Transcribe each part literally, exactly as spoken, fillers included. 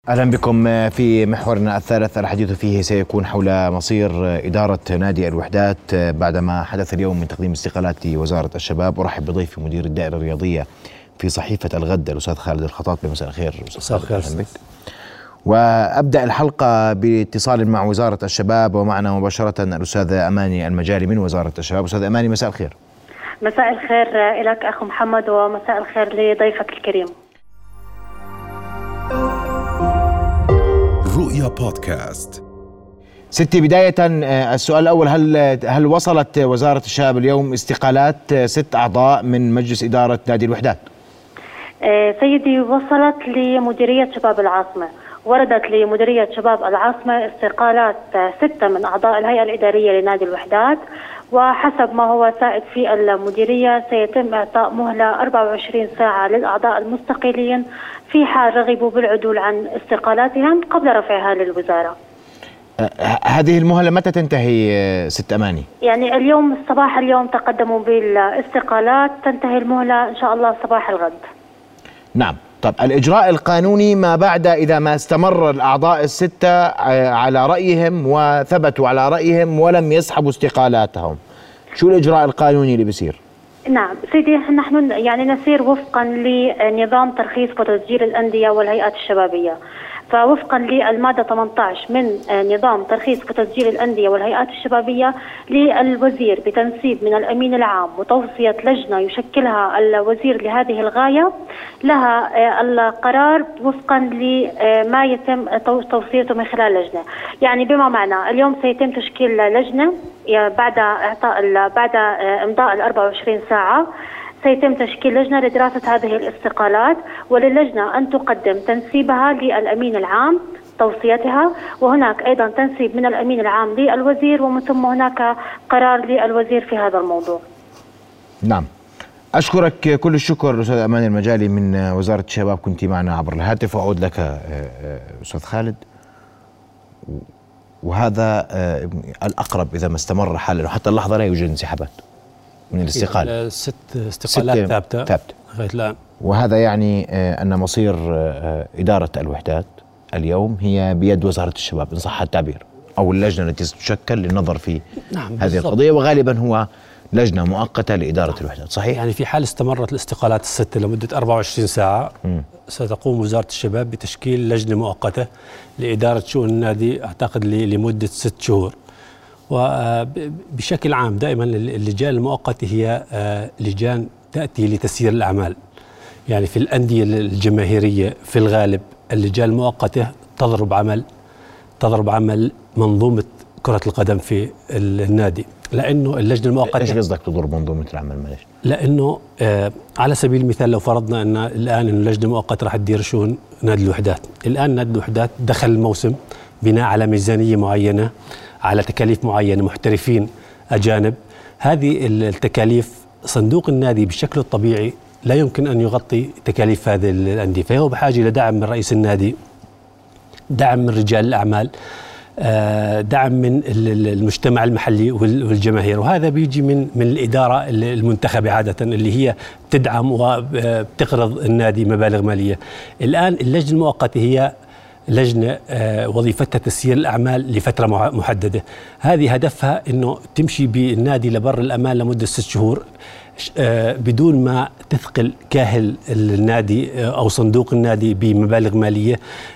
أهلا بكم في محورنا الثالث. الحديث فيه سيكون حول مصير إدارة نادي الوحدات بعدما حدث اليوم من تقديم استقالات وزارة الشباب. أرحب بضيفي مدير الدائرة الرياضية في صحيفة الغد الأستاذ خالد الخطاطبي. مساء الخير. مساء الخير. وأبدأ الحلقة باتصال مع وزارة الشباب، ومعنا مباشرة الأستاذ أماني المجالي من وزارة الشباب. أستاذ أماني، مساء الخير. مساء الخير لك أخو محمد، ومساء الخير لضيفك الكريم. رؤيا بودكاست. ستي، بداية السؤال الأول، هل هل وصلت وزارة الشباب اليوم استقالات ست أعضاء من مجلس إدارة نادي الوحدات؟ سيدي، وصلت لمديرية شباب العاصمة، وردت لمديرية شباب العاصمة استقالات ستة من أعضاء الهيئة الإدارية لنادي الوحدات، وحسب ما هو سائد في المديرية سيتم إعطاء مهلة أربعة وعشرين ساعة للأعضاء المستقيلين في حال رغبوا بالعدول عن استقالاتهم قبل رفعها للوزارة. هذه المهلة متى تنتهي ست أماني؟ يعني اليوم صباح اليوم تقدموا بالاستقالات، تنتهي المهلة إن شاء الله صباح الغد. نعم. طب الإجراء القانوني ما بعد إذا ما استمر الأعضاء الستة على رأيهم وثبتوا على رأيهم ولم يسحبوا استقالاتهم، شو الإجراء القانوني اللي بيصير؟ نعم سيدي، نحن يعني نسير وفقا لنظام ترخيص وتسجيل الأندية والهيئات الشبابية. فوفقا للمادة ثمانية عشر من نظام ترخيص وتسجيل الأندية والهيئات الشبابية، للوزير بتنسيب من الأمين العام وتوصية لجنة يشكلها الوزير لهذه الغاية، لها القرار وفقا لما يتم توصيته من خلال لجنة. يعني بما معنى اليوم سيتم تشكيل لجنة بعد إعطاء بعد إمضاء ال أربعة وعشرين ساعة، سيتم تشكيل لجنة لدراسة هذه الاستقالات، وللجنة أن تقدم تنسيبها للأمين العام توصيتها، وهناك أيضا تنسيب من الأمين العام للوزير، ومن ثم هناك قرار للوزير في هذا الموضوع. نعم، أشكرك كل الشكر أستاذ أماني المجالي من وزارة الشباب، كنت معنا عبر الهاتف. وأعود لك أستاذ خالد، وهذا الأقرب إذا ما استمر حالا وحتى اللحظة لا يوجد انسحابات من الاستقالة. ست استقالات ثابتة ثابتة لغاية الآن، وهذا يعني أن مصير إدارة الوحدات اليوم هي بيد وزارة الشباب إن صح التعبير، أو اللجنة التي ستشكل للنظر في نعم هذه القضية، وغالبا هو لجنة مؤقتة لإدارة الوحدات. صحيح؟ يعني في حال استمرت الاستقالات الستة لمدة أربعة وعشرين ساعة م. ستقوم وزارة الشباب بتشكيل لجنة مؤقتة لإدارة شؤون النادي، أعتقد لمدة ست شهور. وبشكل عام دائما اللجان المؤقتة هي لجان تأتي لتسيير الأعمال. يعني في الأندية الجماهيرية في الغالب اللجان المؤقتة تضرب عمل تضرب عمل منظومة كرة القدم في النادي، لأنه اللجنة المؤقتة. إيش قصدك تضرب منظومة العمل؟ معلش. لأنه آه على سبيل المثال لو فرضنا أن الآن إن اللجنة المؤقتة راح تدير شؤون نادي الوحدات، الآن نادي الوحدات دخل الموسم بناء على ميزانية معينة، على تكاليف معينة، محترفين أجانب. هذه التكاليف صندوق النادي بالشكل الطبيعي لا يمكن أن يغطي تكاليف هذه الأندية، فهو بحاجة إلى دعم من رئيس النادي، دعم من رجال الأعمال، دعم من المجتمع المحلي والجماهير، وهذا بيجي من من الإدارة المنتخبة عادة اللي هي بتدعم وبتقرض النادي مبالغ مالية. الآن اللجنة المؤقتة هي لجنة وظيفتها تسيير الأعمال لفترة محددة، هذه هدفها أنه تمشي بالنادي لبر الأمان لمدة ست شهور بدون ما تثقل كاهل النادي أو صندوق النادي بمبالغ مالية،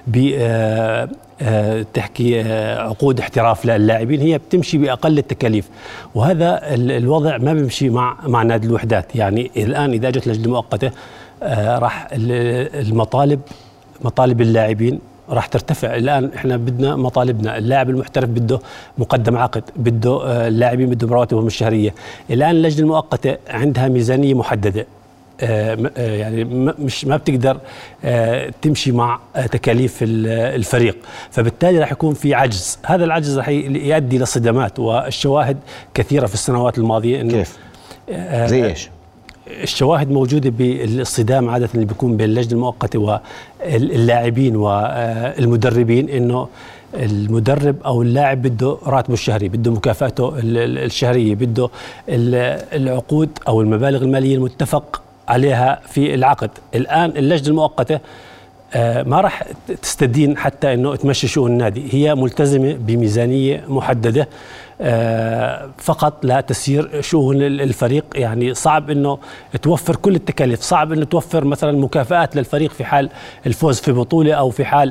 بتحكي عقود احتراف للاعبين، هي بتمشي بأقل التكاليف. وهذا الوضع ما بيمشي مع مع نادي الوحدات. يعني الآن إذا جت لجنة مؤقتة راح المطالب مطالب اللاعبين راح ترتفع. الآن احنا بدنا مطالبنا، اللاعب المحترف بده مقدم عقد، بده اللاعبين بدهم رواتبهم الشهرية. الآن اللجنة المؤقتة عندها ميزانية محددة، يعني مش ما بتقدر تمشي مع تكاليف الفريق، فبالتالي راح يكون في عجز. هذا العجز راح يؤدي لصدمات، والشواهد كثيرة في السنوات الماضية. إنه كيف؟ زي ايش؟ الشواهد موجودة بالصدام عادة اللي بيكون بين اللجنة المؤقتة واللاعبين والمدربين، إنه المدرب أو اللاعب بده راتبه الشهري، بده مكافأته الشهرية، بده العقود أو المبالغ المالية المتفق عليها في العقد. الآن اللجنة المؤقتة ما راح تستدين حتى انه تمشي شؤون النادي، هي ملتزمه بميزانيه محدده فقط لا تسير شؤون الفريق. يعني صعب انه توفر كل التكاليف، صعب انه توفر مثلا مكافآت للفريق في حال الفوز في بطوله او في حال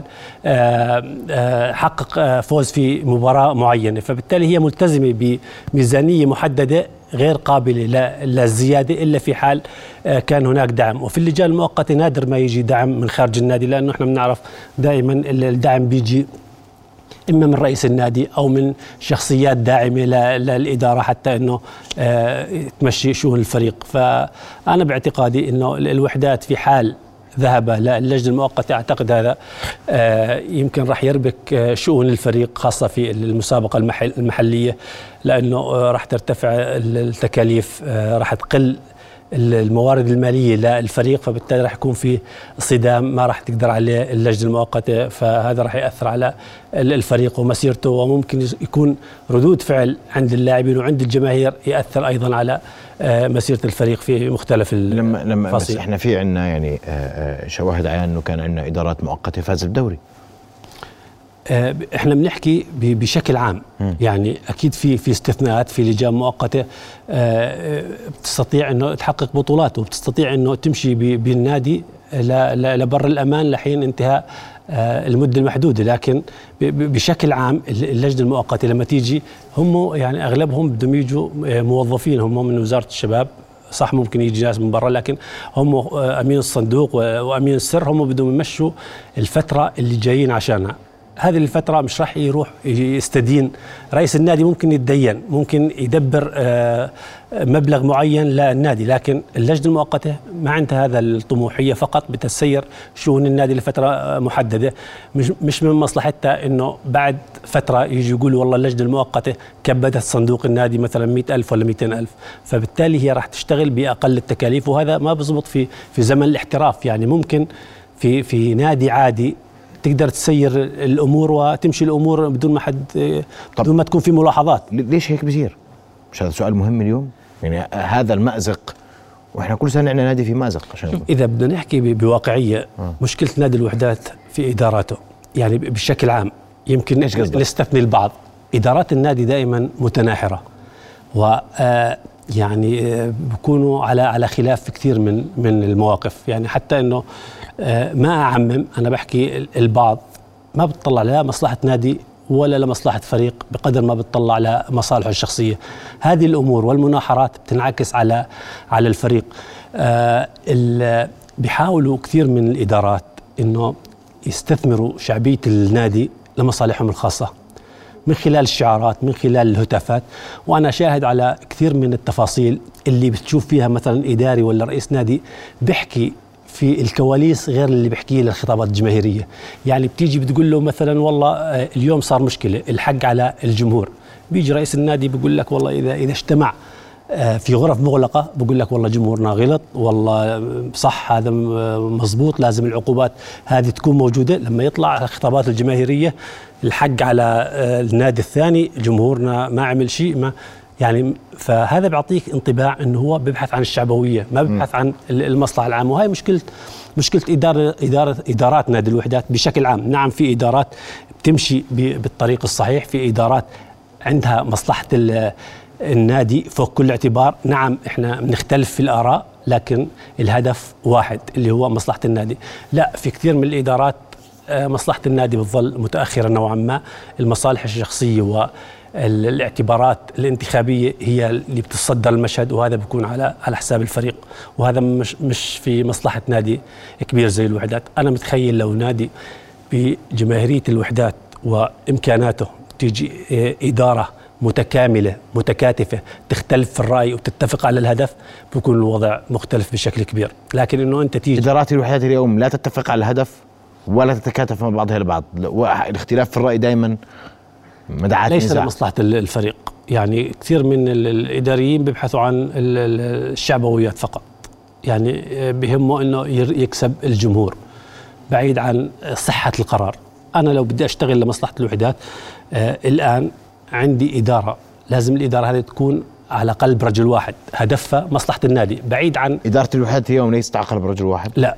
حقق فوز في مباراه معينه، فبالتالي هي ملتزمه بميزانيه محدده غير قابلة للزيادة إلا في حال كان هناك دعم. وفي اللجان المؤقتة نادر ما يجي دعم من خارج النادي، لأنه احنا بنعرف دائما الدعم بيجي إما من رئيس النادي أو من شخصيات داعمة للإدارة حتى أنه تمشي شؤون الفريق. فأنا باعتقادي أنه الوحدات في حال ذهب للجنة المؤقتة أعتقد هذا يمكن راح يربك شؤون الفريق خاصة في المسابقة المحل المحلية، لأنه راح ترتفع التكاليف، راح تقل الموارد المالية للفريق، فبالتالي راح يكون في صدام ما راح تقدر عليه اللجنة المؤقتة، فهذا راح يأثر على الفريق ومسيرته، وممكن يكون ردود فعل عند اللاعبين وعند الجماهير يأثر أيضا على مسيرة الفريق في مختلف الفصائل. لما لما بس احنا في عندنا يعني شواهد عيان انه كان عندنا ادارات مؤقته فازت بالدوري. احنا بنحكي بشكل عام، م. يعني اكيد في في استثناءات، في لجان مؤقته بتستطيع انه تحقق بطولات وبتستطيع انه تمشي بالنادي لبر الامان لحين انتهاء المده المحدوده، لكن بشكل عام اللجنه المؤقته لما تيجي هم يعني اغلبهم بدهم يجوا موظفين، هم من وزاره الشباب، صح ممكن يجي ناس من برا، لكن هم امين الصندوق وامين السر هم بدهم يمشوا الفتره اللي جايين عشانها. هذه الفترة مش راح يروح يستدين رئيس النادي، ممكن يتدين، ممكن يدبر مبلغ معين للنادي، لكن اللجنة المؤقتة ما عندها هذا الطموحية، فقط بتسير شؤون النادي لفترة محددة، مش مش من مصلحتها انه بعد فترة يجي يقولوا والله اللجنة المؤقتة كبدت صندوق النادي مثلا مئة ألف ولا مئتين ألف، فبالتالي هي راح تشتغل بأقل التكاليف، وهذا ما بزبط في في زمن الاحتراف. يعني ممكن في في نادي عادي تقدر تسير الامور وتمشي الامور بدون ما حد بدون ما تكون في ملاحظات. ليش هيك بصير؟ مش هذا سؤال مهم اليوم؟ يعني هذا المأزق، واحنا كل سنه عندنا نادي في مأزق. عشان اذا بدنا نحكي بواقعيه، آه. مشكله نادي الوحدات في اداراته، يعني بشكل عام، يمكن نستثني البعض، ادارات النادي دائما متناحره، و يعني بيكونوا على على خلاف في كثير من من المواقف، يعني حتى انه ما أعمم، أنا بحكي البعض ما بتطلع لا مصلحة نادي ولا لمصلحة فريق بقدر ما بتطلع لمصالحه الشخصية. هذه الأمور والمناحرات بتنعكس على على الفريق. آه بيحاولوا كثير من الإدارات إنه يستثمروا شعبية النادي لمصالحهم الخاصة من خلال الشعارات، من خلال الهتافات، وأنا شاهد على كثير من التفاصيل اللي بتشوف فيها مثلا إداري ولا رئيس نادي بيحكي في الكواليس غير اللي بيحكيه للخطابات الجماهيرية. يعني بتيجي بتقول له مثلا والله اليوم صار مشكلة الحق على الجمهور، بيجي رئيس النادي بيقول لك والله إذا إذا اجتمع في غرف مغلقة بقول لك والله جمهورنا غلط، والله صح هذا مزبوط، لازم العقوبات هذه تكون موجودة. لما يطلع الخطابات الجماهيرية الحق على النادي الثاني، جمهورنا ما عمل شيء، ما يعني، فهذا بيعطيك انطباع انه هو بيبحث عن الشعبويه، ما بيبحث عن المصلحه العامه، وهي مشكله مشكله اداره اداره ادارات نادي الوحدات بشكل عام. نعم في ادارات بتمشي بالطريق الصحيح، في ادارات عندها مصلحه النادي فوق كل اعتبار، نعم احنا بنختلف في الاراء لكن الهدف واحد اللي هو مصلحه النادي. لا، في كثير من الادارات مصلحه النادي بتظل متاخره نوعا ما، المصالح الشخصيه و الاعتبارات الانتخابية هي اللي بتصدر المشهد، وهذا بيكون على على حساب الفريق، وهذا مش مش في مصلحة نادي كبير زي الوحدات. أنا متخيل لو نادي بجماهيرية الوحدات وإمكاناته تيجي إدارة متكاملة متكاتفة تختلف في الرأي وتتفق على الهدف، بيكون الوضع مختلف بشكل كبير. لكن إنه أنت تيجي إدارات الوحدات اليوم لا تتفق على الهدف ولا تتكاتف مع بعضها البعض، الاختلاف في الرأي دائما مدعاة ليس نزاع. لمصلحة الفريق. يعني كثير من الإداريين بيبحثوا عن الشعبويات فقط، يعني بهمه إنه يكسب الجمهور بعيد عن صحة القرار. أنا لو بدي أشتغل لمصلحة الوحدات آه الآن عندي إدارة، لازم الإدارة هذه تكون على قلب رجل واحد، هدفها مصلحة النادي بعيد عن إدارة الوحدات اليوم ليست على قلب رجل واحد. لا،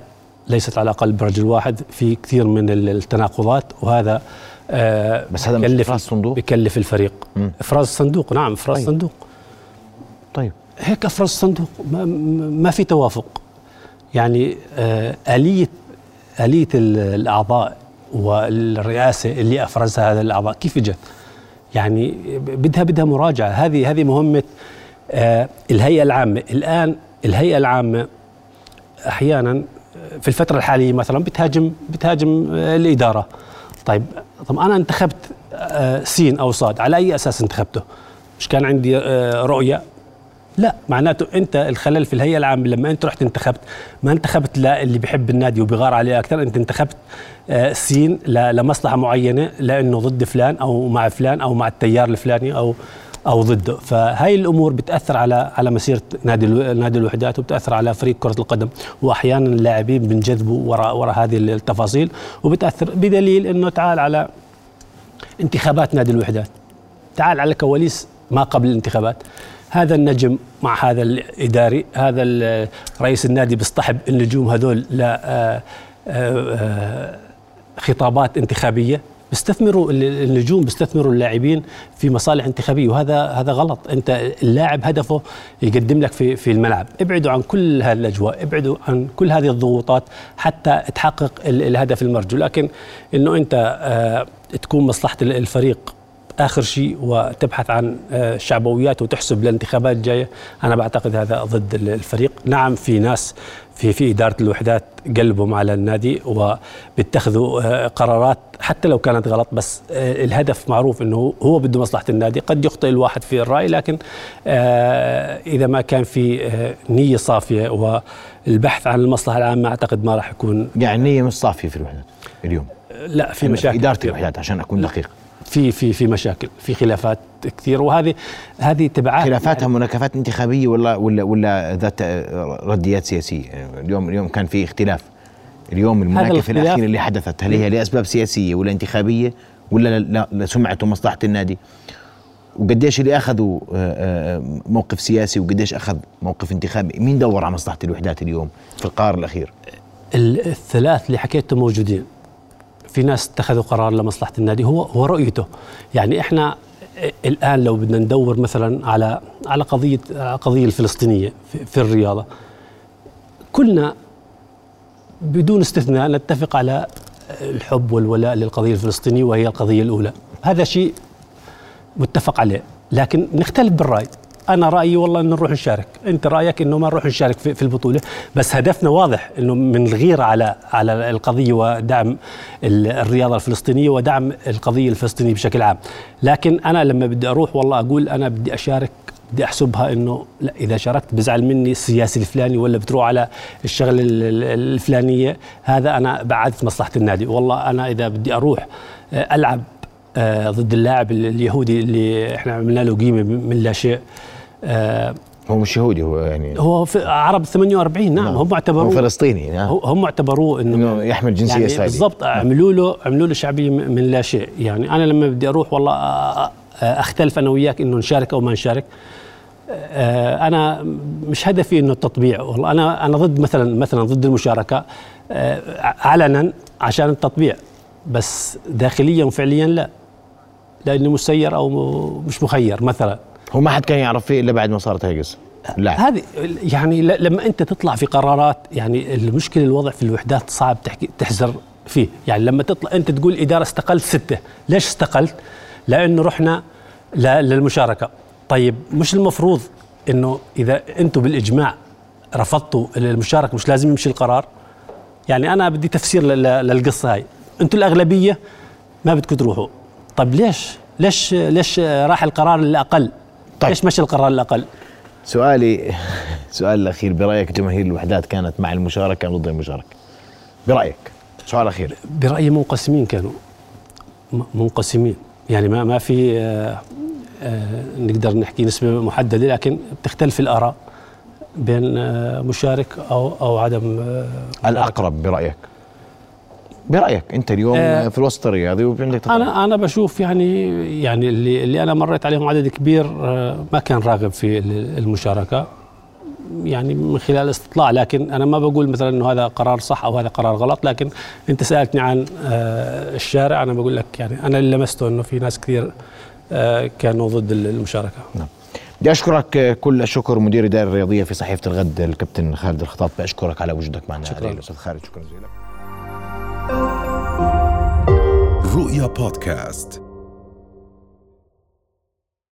ليست على الأقل برجل واحد، في كثير من التناقضات، وهذا آه بس هذا مش إفراز صندوق؟ بكلف الفريق. مم. إفراز صندوق، نعم إفراز طيب. صندوق. طيب هيك أفرز صندوق، ما, ما في توافق. يعني آه آلية آلية الأعضاء والرئاسة اللي أفرزها هذا الأعضاء كيف جت؟ يعني بدها بدها مراجعة. هذه هذه مهمة آه الهيئة العامة. الآن الهيئة العامة أحيانا في الفترة الحالية مثلا بتهاجم بتهاجم آه الإدارة. طيب طب أنا انتخبت آه سين أو صاد، على أي أساس انتخبته؟ مش كان عندي آه رؤية؟ لا، معناته انت الخلل في الهيئه العامه. لما انت رحت انتخبت، ما انتخبت لا اللي بيحب النادي وبيغار عليه اكثر، انت انتخبت آه سين لمصلحه معينه، لانه ضد فلان او مع فلان او مع التيار الفلاني او او ضده. فهاي الامور بتاثر على على مسيره نادي نادي الوحدات، وبتاثر على فريق كره القدم، واحيانا اللاعبين بنجذبوا وراء وراء هذه التفاصيل، وبتاثر. بدليل انه تعال على انتخابات نادي الوحدات، تعال على كواليس ما قبل الانتخابات، هذا النجم مع هذا الإداري، هذا رئيس النادي بيصطحب النجوم هذول ل خطابات انتخابية، بيستثمروا النجوم، بيستثمروا اللاعبين في مصالح انتخابية، وهذا هذا غلط. انت اللاعب هدفه يقدم لك في في الملعب. ابعدوا عن كل هذه الاجواء، ابعدوا عن كل هذه الضغوطات حتى تحقق الهدف المرجو. لكن انه انت تكون مصلحة الفريق آخر شيء وتبحث عن شعبويات وتحسب للانتخابات الجاية، أنا بعتقد هذا ضد الفريق. نعم في ناس في في إدارة الوحدات قلبهم على النادي وبيتخذوا قرارات حتى لو كانت غلط، بس الهدف معروف أنه هو بده مصلحة النادي. قد يخطئ الواحد في الرأي، لكن إذا ما كان في نية صافية والبحث عن المصلحة العامة أعتقد ما راح يكون. يعني نية مش صافية في الوحدات اليوم؟ لا، في مشاكل. إدارة الوحدات عشان أكون دقيق، في في في مشاكل، في خلافات كثير، وهذه هذه تبعات. خلافاتها يعني مناكفات انتخابيه ولا ولا ولا ذات رديات سياسيه؟ اليوم اليوم كان في اختلاف. اليوم المناكفه الاخيره اللي حدثت، هل هي لاسباب سياسيه ولا انتخابيه ولا لسمعه ومصلحه النادي؟ وقديش اللي اخذوا موقف سياسي وقديش اخذ موقف انتخابي؟ مين دور على مصلحه الوحدات اليوم في القرار الاخير؟ الثلاث اللي حكيته موجودين. في ناس اتخذوا قرار لمصلحة النادي، هو هو رؤيته. يعني احنا الآن لو بدنا ندور مثلا على على قضية قضية الفلسطينية في, في الرياضة، كلنا بدون استثناء نتفق على الحب والولاء للقضية الفلسطينية، وهي القضية الأولى. هذا شيء متفق عليه، لكن نختلف بالرأي. أنا رأيي والله إنه نروح نشارك، أنت رأيك إنه ما نروح نشارك في, في البطولة، بس هدفنا واضح إنه من الغيرة على على القضية ودعم الرياضة الفلسطينية ودعم القضية الفلسطينية بشكل عام. لكن أنا لما بدي أروح والله أقول أنا بدي أشارك، بدي أحسبها إنه لا، إذا شاركت بزعل مني السياسي الفلاني ولا بتروح على الشغلة الفلانية، هذا أنا بعدت مصلحة النادي. والله أنا إذا بدي أروح ألعب ضد اللاعب اليهودي اللي إحنا عملنا له قيمة من لا شيء، آه هو مش يهودي، هو يعني هو في عرب ثمانية وأربعين. نعم, نعم. هم اعتبروه هو فلسطيني. نعم. هم اعتبروه انه, إنه يحمل جنسيه يعني اسرائيليه بالضبط. نعم. عملوا له عملوا له شعبيه من لا شيء. يعني انا لما بدي اروح والله اختلف انا وياك انه نشارك او ما نشارك، آه انا مش هدفي انه التطبيع. والله انا انا ضد مثلا مثلا ضد المشاركه آه علنا عشان التطبيع، بس داخليا وفعليا لا، لانه مسير او مش مخير مثلا. هو ما حد كان يعرف فيه الا بعد ما صارت هاي القصه. لا هذه يعني لما انت تطلع في قرارات، يعني المشكله الوضع في الوحدات صعب تحكي تحذر فيه. يعني لما تطلع انت تقول اداره استقلت سته، ليش استقلت؟ لانه رحنا للمشاركه. طيب مش المفروض انه اذا انتم بالاجماع رفضتوا المشاركه مش لازم يمشي القرار؟ يعني انا بدي تفسير للقصه هاي. انتم الاغلبيه ما بدكم تروحوا، طيب ليش ليش ليش راح القرار الاقل؟ طيب. ليش مشي القرار الاقل؟ سؤالي سؤال الاخير، برايك جماهير الوحدات كانت مع المشاركه ام ضد المشاركه؟ برايك، سؤال اخير. برايي منقسمين، كانوا منقسمين. يعني ما ما في آآ آآ نقدر نحكي نسبه محدده، لكن بتختلف الاراء بين مشارك او او عدم الاقرب برايك. برايك انت اليوم آه في الوسط الرياضي وعندك تطلع. انا انا بشوف يعني يعني اللي اللي انا مريت عليهم عدد كبير آه ما كان راغب في المشاركه، يعني من خلال استطلاع، لكن أنا ما بقول مثلا أنه هذا قرار صح أو هذا قرار غلط. لكن أنت سألتني عن الشارع، أنا بقول لك يعني أنا اللي لمسته أنه في ناس كثير كانوا ضد المشاركة. نعم. بدي أشكرك كل الشكر مدير الدائرة الرياضية في صحيفة الغد الكابتن خالد الخطاب، بأشكرك على وجودك معنا. شكرا أستاذ خالد، شكرا جزيلا. رؤيا بودكاست.